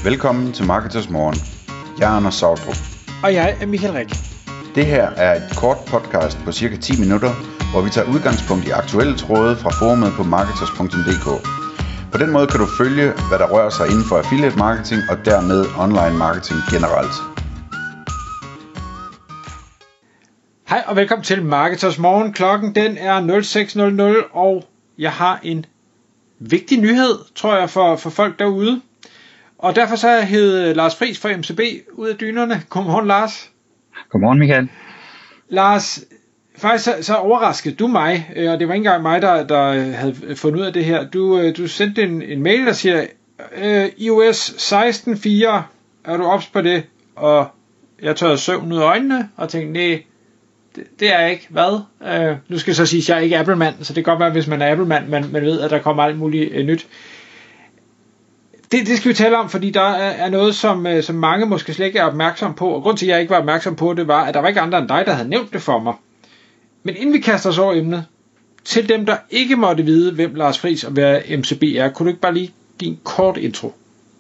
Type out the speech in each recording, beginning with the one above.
Velkommen til Marketers Morgen. Jeg er Anders Sautrup. Og jeg er Michael Rik. Det her er et kort podcast på cirka 10 minutter, hvor vi tager udgangspunkt i aktuelle tråde fra forumet på marketers.dk. På den måde kan du følge, hvad der rører sig inden for affiliate marketing og dermed online marketing generelt. Hej og velkommen til Marketers Morgen. Klokken den er 06:00, og jeg har en vigtig nyhed, tror jeg, for folk derude. Og derfor så har jeg heddet Lars Friis fra MCB ud af dynerne. Godmorgen, Lars. Godmorgen, Michael. Lars, faktisk så overraskede du mig, og det var ikke engang mig, der havde fundet ud af det her. Du sendte en mail, der siger, iOS 16.4, er du ops på det? Og jeg tørrede søvn ud af øjnene og tænkte, nej, det er jeg ikke. Hvad? Nu skal jeg så sige, at jeg er ikke Apple-mand, så det kan godt være, hvis man er Apple-mand, man ved, at der kommer alt muligt nyt. Det skal vi tale om, fordi der er noget, som mange måske slet ikke er opmærksom på. Og grund til, at jeg ikke var opmærksom på det, var, at der var ikke andre end dig, der havde nævnt det for mig. Men inden vi kaster os over emnet, til dem, der ikke måtte vide, hvem Lars Friis og hvad MCB er, kunne du ikke bare lige give en kort intro?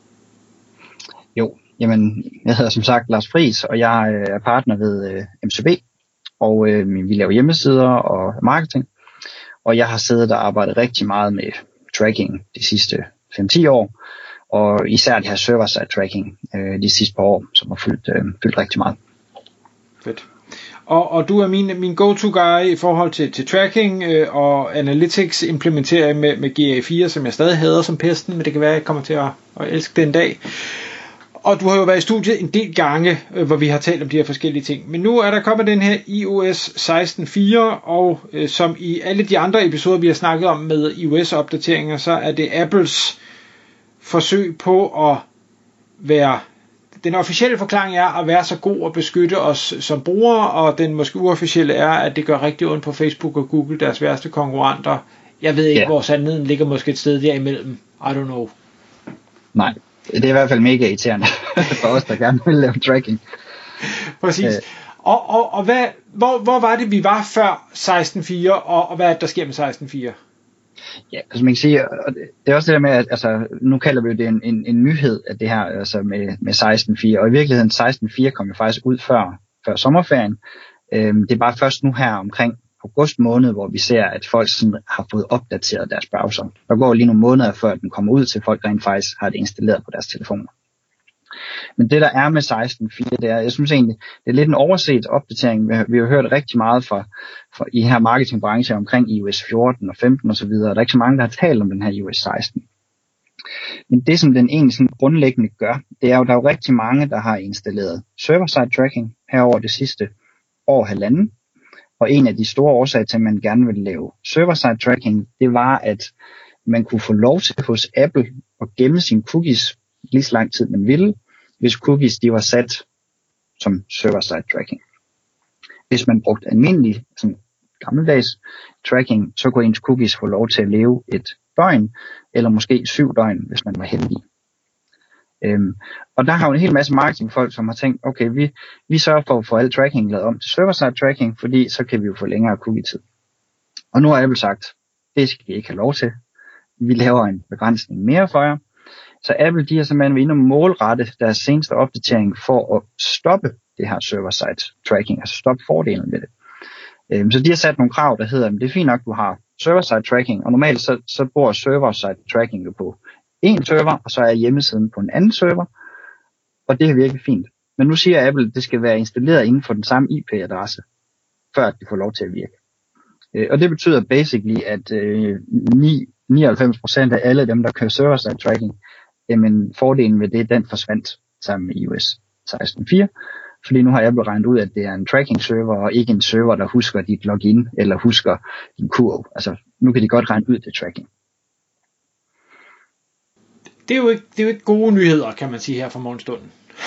Jo, jamen, jeg hedder som sagt Lars Friis, og jeg er partner ved MCB. Og vi laver hjemmesider og marketing. Og jeg har siddet og arbejdet rigtig meget med tracking de sidste 5-10 år. Og især det her server-side tracking de sidste par år, som har fyldt rigtig meget. Fedt. Og du er min go-to-guy i forhold til tracking og analytics implementering med GA4, som jeg stadig hader som pesten, men det kan være, at jeg kommer til at elske den dag. Og du har jo været i studiet en del gange, hvor vi har talt om de her forskellige ting. Men nu er der kommet den her iOS 16.4, og som i alle de andre episoder, vi har snakket om med iOS-opdateringer, så er det Apples forsøg på at være, den officielle forklaring er at være så god og beskytte os som brugere, og den måske uofficielle er, at det gør rigtig ondt på Facebook og Google, deres værste konkurrenter. Jeg ved ikke, hvor sandheden ligger måske et sted derimellem. I don't know. Nej, det er i hvert fald mega irriterende for os, der gerne vil lave tracking. Præcis. Og hvor var det, vi var før 16.4, og hvad er det, der sker med 16.4? Ja, altså man kan sige, og det er også det der med, at altså, nu kalder vi jo det en nyhed, at det her altså med 16.4, og i virkeligheden 16.4 kom jo faktisk ud før sommerferien. Det er bare først nu her omkring august måned, hvor vi ser, at folk sådan har fået opdateret deres browser. Der går lige nogle måneder, før den kommer ud til folk rent faktisk har det installeret på deres telefoner. Men det der er med 16.4, det er, jeg synes egentlig, det er lidt en overset opdatering. Vi har hørt rigtig meget fra i her marketingbranche omkring iOS 14 og 15 og så videre. Der er ikke så mange, der har talt om den her iOS 16. Men det, som den egentlig sådan grundlæggende gør, det er jo, der er jo rigtig mange, der har installeret server-side tracking her over det sidste år halvanden. Og en af de store årsager til, at man gerne vil lave server-side tracking, det var, at man kunne få lov til hos Apple at gemme sine cookies lige så lang tid man ville, hvis cookies de var sat som server-side tracking. Hvis man brugte almindelig sådan gammeldags tracking, så kunne ens cookies få lov til at leve et døgn, eller måske 7 døgn, hvis man var heldig. Og der har jo en hel masse marketingfolk, som har tænkt, okay, vi sørger for at få al tracking lavet om til server-side tracking, fordi så kan vi jo få længere cookie-tid. Og nu har Apple sagt, det skal I ikke have lov til. Vi laver en begrænsning mere for jer. Så Apple, de har simpelthen været inde og målrette deres seneste opdatering for at stoppe det her server-side tracking, altså stoppe fordelen ved det. Så de har sat nogle krav, der hedder, at det er fint nok, du har server-side tracking, og normalt så bor server-side tracking jo på en server, og så er hjemmesiden på en anden server, og det er virkelig fint. Men nu siger Apple, at det skal være installeret inden for den samme IP-adresse, før det får lov til at virke. Og det betyder basically, at 99% af alle dem, der kører server-side tracking, jamen fordelen ved det, den forsvandt sammen med iOS 16.4, fordi nu har Apple regnet ud, at det er en tracking server, og ikke en server, der husker dit login, eller husker din kurv. Altså, nu kan de godt regne ud det tracking. Det er jo ikke gode nyheder, kan man sige her fra morgenstunden.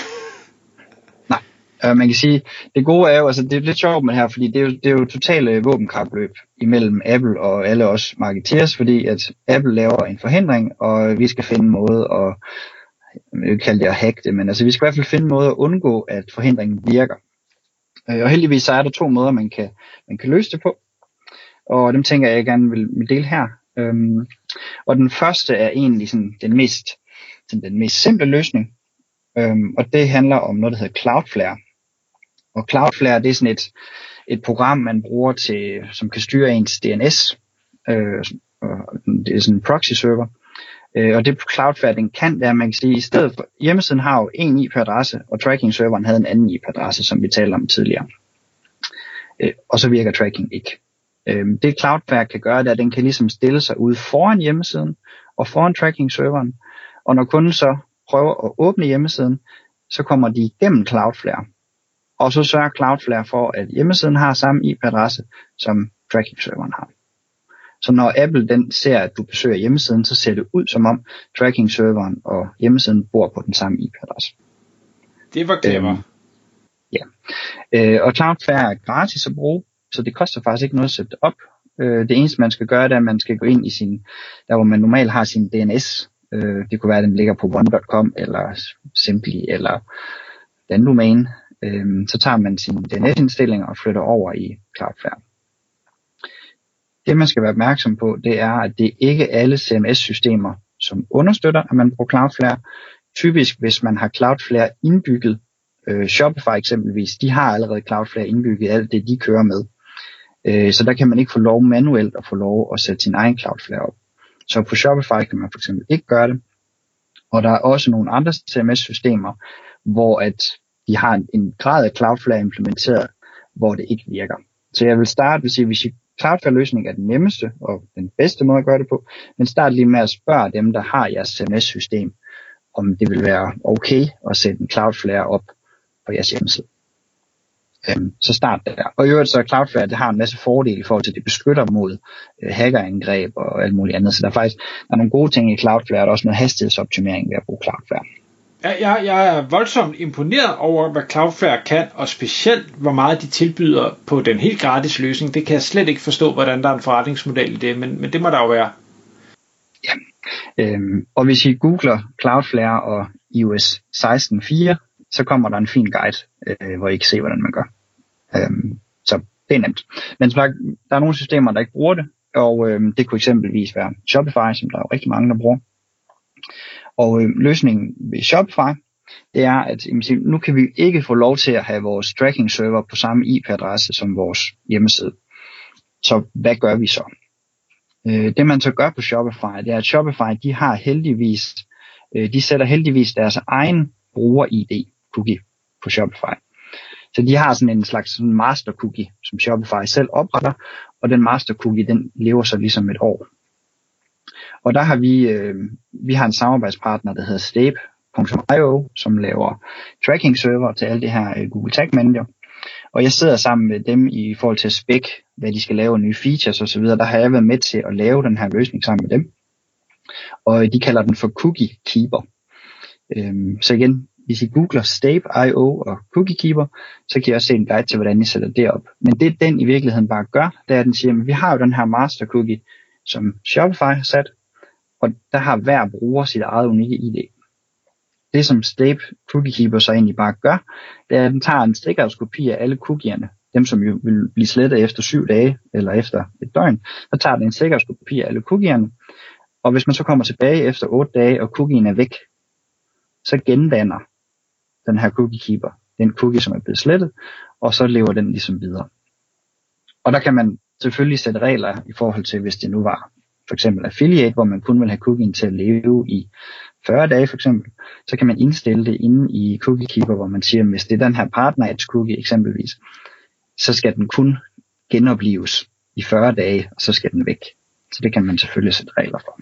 Nej, man kan sige, det gode er jo, altså det er lidt sjovt med det her, fordi det er jo totalt våbenkapløb imellem Apple og alle os marketeers, fordi at Apple laver en forhindring, og vi skal finde en måde at, jeg vil kalde det at hacke det, men altså vi skal i hvert fald finde en måde at undgå, at forhindringen virker. Og heldigvis så er der 2 måder, man kan løse det på, og dem tænker jeg gerne vil dele her. Og den første er egentlig sådan den mest simple løsning, Og det handler om noget, der hedder Cloudflare. Og Cloudflare, det er sådan et program, man bruger som kan styre ens DNS. Det er sådan en proxy server. Og det Cloudflare, den kan, det er, man kan sige, i stedet for, hjemmesiden har jo en IP-adresse, og tracking-serveren havde en anden IP-adresse, som vi talte om tidligere. Og så virker tracking ikke. Det Cloudflare kan gøre, det er, at den kan ligesom stille sig ude foran hjemmesiden, og foran tracking-serveren. Og når kunden så prøver at åbne hjemmesiden, så kommer de igennem Cloudflare. Og så sørger Cloudflare for, at hjemmesiden har samme IP-adresse, som tracking-serveren har. Så når Apple den ser, at du besøger hjemmesiden, så ser det ud som om tracking-serveren og hjemmesiden bor på den samme IP-adresse. Det var clever. Og Cloudflare er gratis at bruge, så det koster faktisk ikke noget at sætte det op. Det eneste man skal gøre, det er, at man skal gå ind i der hvor man normalt har sin DNS. Det kunne være, at den ligger på one.com eller Simply eller den domæne. Så tager man sin DNS-indstilling og flytter over i Cloudflare. Det man skal være opmærksom på, det er, at det ikke er alle CMS-systemer, som understøtter, at man bruger Cloudflare. Typisk, hvis man har Cloudflare indbygget, Shopify eksempelvis, de har allerede Cloudflare indbygget alt det, de kører med. Så der kan man ikke få lov manuelt at få lov at sætte sin egen Cloudflare op. Så på Shopify kan man for eksempel ikke gøre det. Og der er også nogle andre CMS-systemer, hvor at de har en grad af Cloudflare implementeret, hvor det ikke virker. Så jeg vil starte med at sige, hvis Cloudflare-løsning er den nemmeste og den bedste måde at gøre det på, men start lige med at spørge dem, der har jeres CMS-system, om det vil være okay at sætte en Cloudflare op på jeres hjemmeside. Så start der. Og i øvrigt så Cloudflare, det har en masse fordele i forhold til, at det beskytter mod hackerangreb og alt muligt andet. Så der er nogle gode ting i Cloudflare, og der er også noget hastighedsoptimering ved at bruge Cloudflare. Jeg er voldsomt imponeret over, hvad Cloudflare kan, og specielt, hvor meget de tilbyder på den helt gratis løsning. Det kan jeg slet ikke forstå, hvordan der er en forretningsmodel i det, men det må der jo være. Ja, og hvis I googler Cloudflare og iOS 16.4, så kommer der en fin guide, hvor I kan se, hvordan man gør. Så det er nemt. Men der er nogle systemer, der ikke bruger det, og det kunne eksempelvis være Shopify, som der er rigtig mange, der bruger. Og løsningen ved Shopify, det er, at nu kan vi ikke få lov til at have vores tracking server på samme IP-adresse som vores hjemmeside. Så hvad gør vi så? Det man så gør på Shopify, det er, at Shopify, de sætter heldigvis deres egen bruger-ID cookie på Shopify. Så de har sådan en slags master cookie, som Shopify selv opretter, og den master cookie, den lever så ligesom et år. Og der har vi har en samarbejdspartner, der hedder Stape.io, som laver tracking server til alle det her Google Tag Manager. Og jeg sidder sammen med dem i forhold til at spec, hvad de skal lave nye features osv. Der har jeg været med til at lave den her løsning sammen med dem. Og de kalder den for Cookie Keeper. Så igen, hvis I googler Stape.io og Cookie Keeper, så kan I også se en guide til, hvordan I sætter det op. Men det den i virkeligheden bare gør, det er, at den siger, at vi har jo den her master cookie, som Shopify har sat, og der har hver bruger sit eget unikke ID. Det som Stape Cookie Keeper så egentlig bare gør, det er, at den tager en stikafskopi af alle cookierne, dem som jo vil blive slettet efter 7 dage, eller efter et døgn, så tager den en stikafskopi af alle cookierne, og hvis man så kommer tilbage efter 8 dage, og cookien er væk, så gendanner den her Cookie Keeper den cookie, som er blevet slettet, og så lever den ligesom videre. Og der kan man selvfølgelig sætte regler i forhold til, hvis det nu var for eksempel affiliate, hvor man kun vil have cookien til at leve i 40 dage for eksempel, så kan man indstille det inde i Cookie Keeper, hvor man siger, at hvis det er den her partner ads cookie eksempelvis, så skal den kun genoplives i 40 dage, og så skal den væk. Så det kan man selvfølgelig sætte regler for.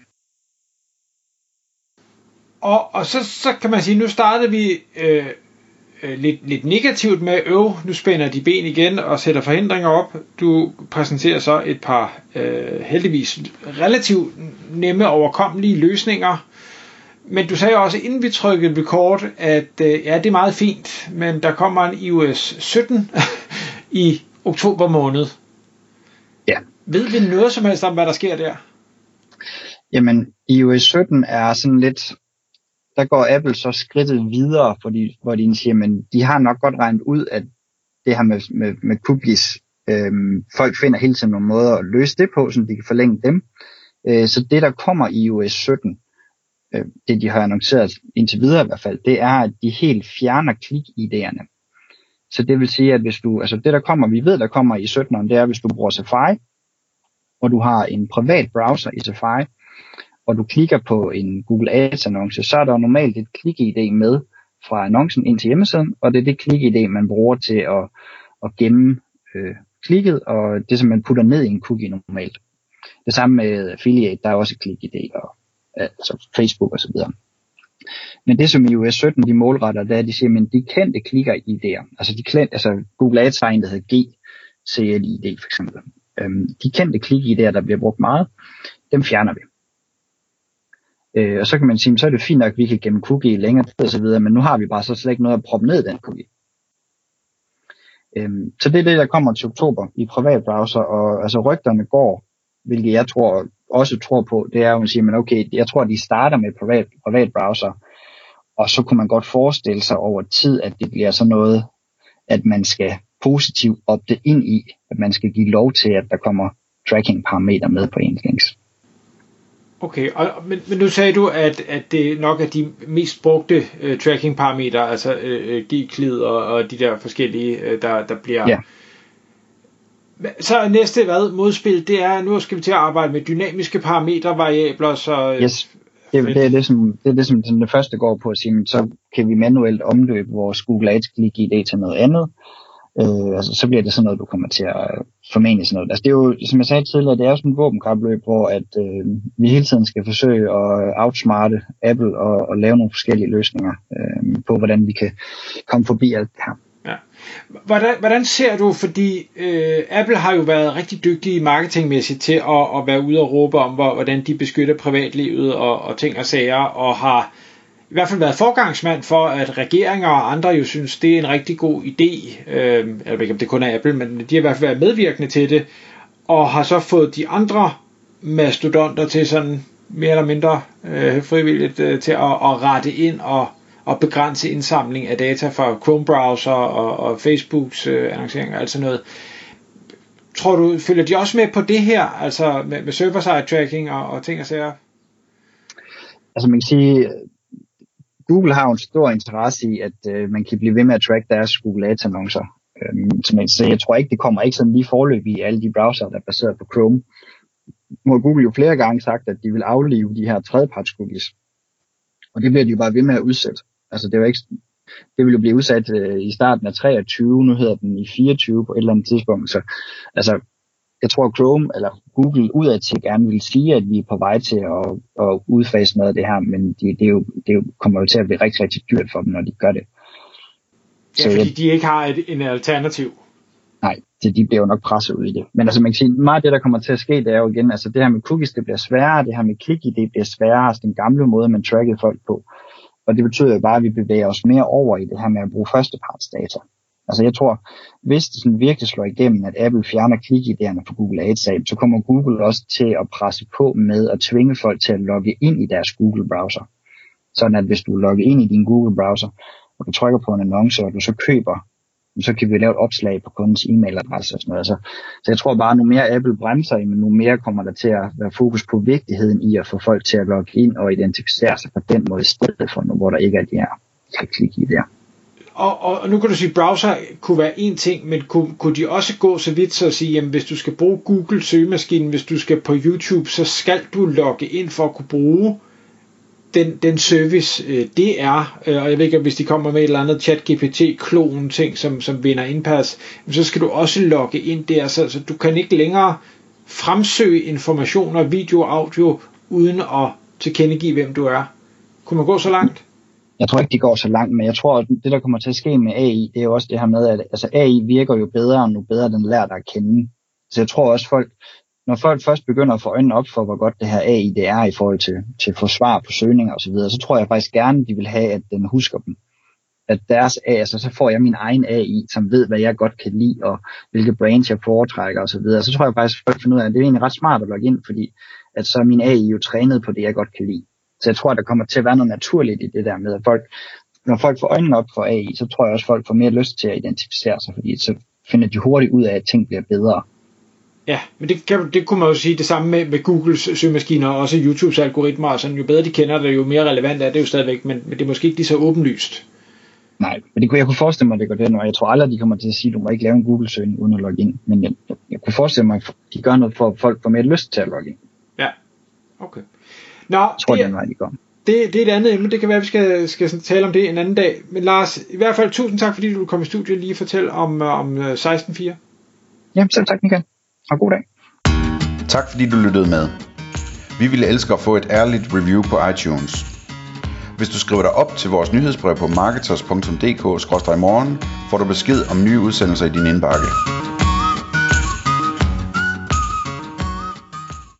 Og så kan man sige, nu startede vi lidt negativt med, nu spænder de ben igen og sætter forhindringer op. Du præsenterer så et par heldigvis relativt nemme overkommelige løsninger. Men du sagde også, inden vi trykkede record, at ja, det er meget fint, men der kommer en iOS 17 i oktober måned. Ja. Ved vi noget som helst om, hvad der sker der? Jamen, iOS 17 er sådan lidt... Der går Apple så skridtet videre, hvor de siger, men de har nok godt regnet ud, at det her med cookies, folk finder hele tiden nogle måder at løse det på, så de kan forlænge dem. Så det, der kommer i iOS 17, det de har annonceret indtil videre i hvert fald, det er, at de helt fjerner klik-idéerne. Så det vil sige, at hvis du, altså det der kommer, vi ved der kommer i 17'eren, det er, hvis du bruger Safari, og du har en privat browser i Safari, og du klikker på en Google Ads annonce, så er der normalt et klik-ID med fra annoncen ind til hjemmesiden, og det er det klik-ID, man bruger til at gemme klikket, og det som man putter ned i en cookie normalt. Det samme med affiliate, der er også et klik-ID, og altså Facebook og så videre. Men det som iOS 17 de målretter, det er, at de siger, at de kendte klikker-ID'er, altså Google Ads har en, der hedder GCLID for eksempel. De kendte klik-ID'er, der bliver brugt meget, dem fjerner vi. Og så kan man sige, så er det fint nok, at vi kan gemme cookie længere tid og så videre, men nu har vi bare så slet ikke noget at proppe ned i den cookie. Så det er det, der kommer til oktober i privat browser, og altså rygterne går, hvilket jeg tror på, det er jo at sige, men okay, jeg tror, at de starter med privat browser, og så kunne man godt forestille sig over tid, at det bliver sådan noget, at man skal positivt opte ind i, at man skal give lov til, at der kommer tracking-parametre med på ens links. Okay, men nu sagde du, at det nok er de mest brugte tracking-parametre, altså G-klid og de der forskellige, der bliver... Yeah. Så næste modspil, det er, nu skal vi til at arbejde med dynamiske parametre, variabler, så... Yes, det er det, som det første går på at sige, så kan vi manuelt omløbe vores Google Ads klik-ID til noget andet. Altså, så bliver det sådan noget, du kommer til at formentlig sådan noget. Altså, det er jo, som jeg sagde tidligere, det er jo sådan et våbenkapløb, hvor at, vi hele tiden skal forsøge at outsmarte Apple og lave nogle forskellige løsninger på, hvordan vi kan komme forbi alt det her. Ja. Hvordan ser du, fordi Apple har jo været rigtig dygtige marketingmæssigt til at være ude og råbe om, hvordan de beskytter privatlivet og ting og sager, og har i hvert fald været forgangsmand for, at regeringer og andre jo synes, det er en rigtig god idé. Jeg ved ikke, om det kun er Apple, men de har i hvert fald været medvirkende til det, og har så fået de andre mastodonter til sådan mere eller mindre frivilligt til at rette ind og begrænse indsamling af data fra Chrome-browser og Facebooks annoncering og alt sådan noget. Tror du, følger de også med på det her, altså med server-side tracking og ting og sager? Altså man kan sige, Google har en stor interesse i, at man kan blive ved med at track deres Google Ads annoncer. Så jeg tror ikke, det kommer ikke sådan lige forløb i alle de browser, der er baseret på Chrome. Nu har Google jo flere gange sagt, at de vil aflive de her tredjeparts cookies. Og det bliver de jo bare ved med at udsætte. Altså det vil jo blive udsat i starten af 23, nu hedder den i 24 på et eller andet tidspunkt. Så altså, jeg tror Chrome eller Google udadtil gerne vil sige, at vi er på vej til at udfase noget af det her, men det kommer jo til at blive rigtig, rigtig dyrt for dem, når de gør det. Ja, fordi de ikke har en alternativ. Nej, de bliver jo nok presset ud i det. Men altså man kan sige, meget af det, der kommer til at ske, det er jo igen, altså det her med cookies, det bliver sværere, det her med klik-ID, det bliver sværere, altså den gamle måde, man trackede folk på. Og det betyder jo bare, at vi bevæger os mere over i det her med at bruge førstepartsdata. Altså jeg tror, hvis det sådan virkelig slår igennem, at Apple fjerner klik-idéerne på Google Ads, så kommer Google også til at presse på med at tvinge folk til at logge ind i deres Google browser. Sådan at hvis du logger ind i din Google browser, og du trykker på en annonce, og du så køber, så kan vi lave et opslag på kundens e-mailadresse og sådan noget. Så jeg tror bare, at nu mere Apple bremser i, men nu mere kommer der til at være fokus på vigtigheden i at få folk til at logge ind og identificere sig på den måde, i stedet for nu, hvor der ikke er de her klik i der. Og nu kan du sige, at browser kunne være en ting, men kunne de også gå så vidt så at sige, jamen hvis du skal bruge Google søgemaskinen, hvis du skal på YouTube, så skal du logge ind for at kunne bruge den service, det er, og jeg ved ikke, hvis de kommer med et eller andet ChatGPT-klon ting, som vinder indpas, så skal du også logge ind der, så du kan ikke længere fremsøge informationer, video, audio, uden at tilkendegive, hvem du er. Kunne man gå så langt? Jeg tror ikke, de går så langt, men jeg tror, at det, der kommer til at ske med AI, det er jo også det her med, at altså, AI virker jo bedre, nu bedre den lærer dig at kende. Så jeg tror også, når folk først begynder at få øjnene op for, hvor godt det her AI det er i forhold til forsvar på søgninger osv., så tror jeg faktisk gerne, de vil have, at den husker dem. At deres AI, altså så får jeg min egen AI, som ved, hvad jeg godt kan lide, og hvilke brands jeg foretrækker osv. Så tror jeg faktisk, at folk finder ud af, at det er egentlig ret smart at logge ind, fordi at så er min AI jo trænet på det, jeg godt kan lide. Så jeg tror, at der kommer til at være noget naturligt i det der med, at når folk får øjnene op for AI, så tror jeg også, at folk får mere lyst til at identificere sig, fordi så finder de hurtigt ud af, at ting bliver bedre. Ja, men det kunne man jo sige det samme med Googles søgemaskiner og også YouTubes algoritmer, og sådan, jo bedre de kender det, jo mere relevant er det jo stadigvæk, men det er måske ikke lige så åbenlyst. Nej, men jeg kunne forestille mig, at det går den, og jeg tror aldrig, de kommer til at sige, at du må ikke lave en Google-søgning uden at logge ind, men jeg kunne forestille mig, at de gør noget for, at folk får mere lyst til at logge ind. Ja, okay. Nå, jeg tror, det er den vej, de går. Det er et andet emne, det kan være, at vi skal tale om det en anden dag, men Lars, i hvert fald tusind tak, fordi du kom i studiet lige og fortælle om 16.4. Jamen, selv tak, Michael. Og god dag. Tak fordi du lyttede med. Vi ville elske at få et ærligt review på iTunes. Hvis du skriver dig op til vores nyhedsbrev på marketers.dk/morgen, får du besked om nye udsendelser i din indbakke.